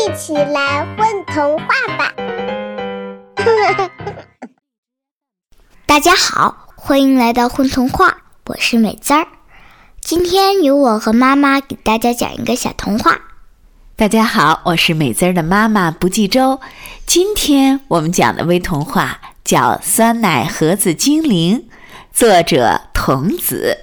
一起来混童话吧！ 大家好，欢迎来到混童话，我是美滋儿。今天由我和妈妈给大家讲一个小童话。 大家好，我是美滋儿的妈妈不记粥。今天我们讲的微童话叫《酸奶盒子精灵》，作者童子。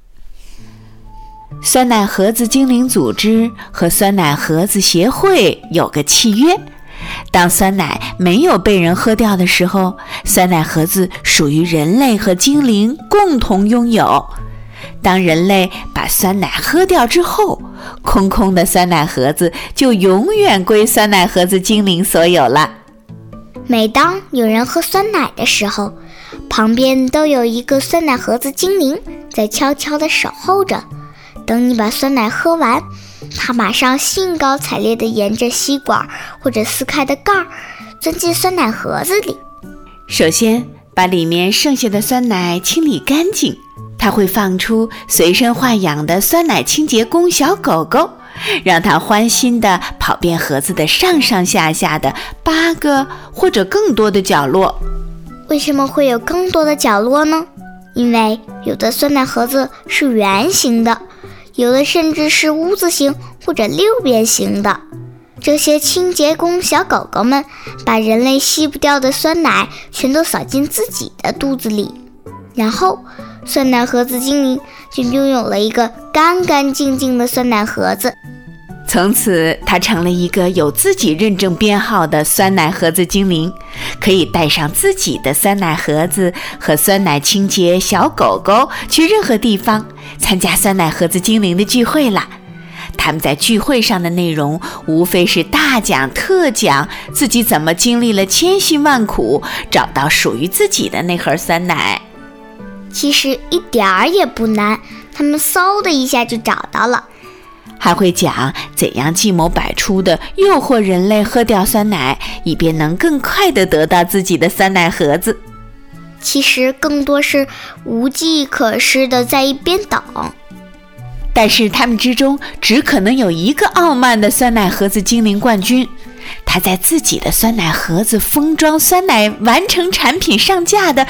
酸奶盒子精灵组织和酸奶盒子协会有个契约，当酸奶没有被人喝掉的时候，酸奶盒子属于人类和精灵共同拥有。当人类把酸奶喝掉之后，空空的酸奶盒子就永远归酸奶盒子精灵所有了。 每当有人喝酸奶的时候，旁边都有一个酸奶盒子精灵在悄悄地守候着。等你把酸奶喝完，它马上兴高采烈地沿着吸管或者撕开的盖儿钻进酸奶盒子里。 首先把里面剩下的酸奶清理干净，它会放出随身豢养的酸奶清洁工小狗狗，让它欢欣地跑遍盒子的上上下下的8个或者更多的角落。 为什么会有更多的角落呢？因为有的酸奶盒子是圆形的，有的甚至是屋子形或者六边形的。这些清洁工小狗狗们把人类吸不掉的酸奶全都扫进自己的肚子里，然后酸奶盒子精灵就拥有了一个干干净净的酸奶盒子。 从此它成了一个有自己认证编号的酸奶盒子精灵，可以带上自己的酸奶盒子和酸奶清洁小狗狗去任何地方参加酸奶盒子精灵的聚会啦。他们在聚会上的内容无非是大讲特讲自己怎么经历了千辛万苦找到属于自己的那盒酸奶。 其实一点儿也不难，他们嗖的一下就找到了。 还会讲怎样计谋百出的诱惑人类喝掉酸奶，以便能更快地得到自己的酸奶盒子。 其实更多是无计可施的在一边等。 但是他们之中只可能有一个傲慢的酸奶盒子精灵冠军，他在自己的酸奶盒子封装酸奶完成产品上架的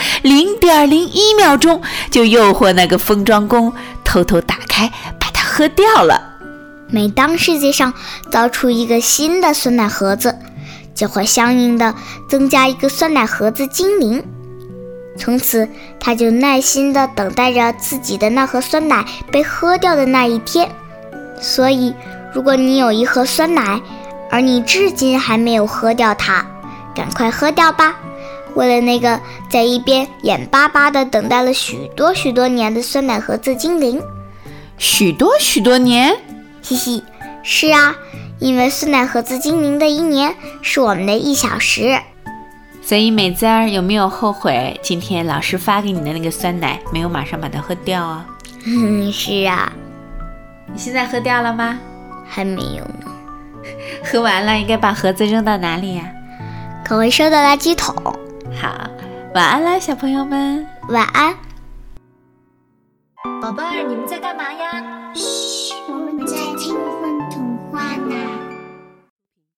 0.01 秒钟，就诱惑那个封装工偷偷打开把它喝掉了。 每当世界上造出一个新的酸奶盒子，就会相应的增加一个酸奶盒子精灵。从此他就耐心地等待着自己的那盒酸奶被喝掉的那一天。所以如果你有一盒酸奶，而你至今还没有喝掉它，赶快喝掉吧，为了那个在一边眼巴巴地等待了许多许多年的酸奶盒子精灵。 许多许多年？ 嘻嘻，是啊，因为酸奶盒子精灵的1年是我们的1小时。 所以美滋儿有没有后悔今天老师发给你的那个酸奶没有马上把它喝掉啊？ 是啊。 你现在喝掉了吗？ 还没有呢。 喝完了应该把盒子扔到哪里呀？ 可回收的垃圾桶。 好，晚安啦，小朋友们。 晚安。 宝贝儿，你们在干嘛呀？嘘。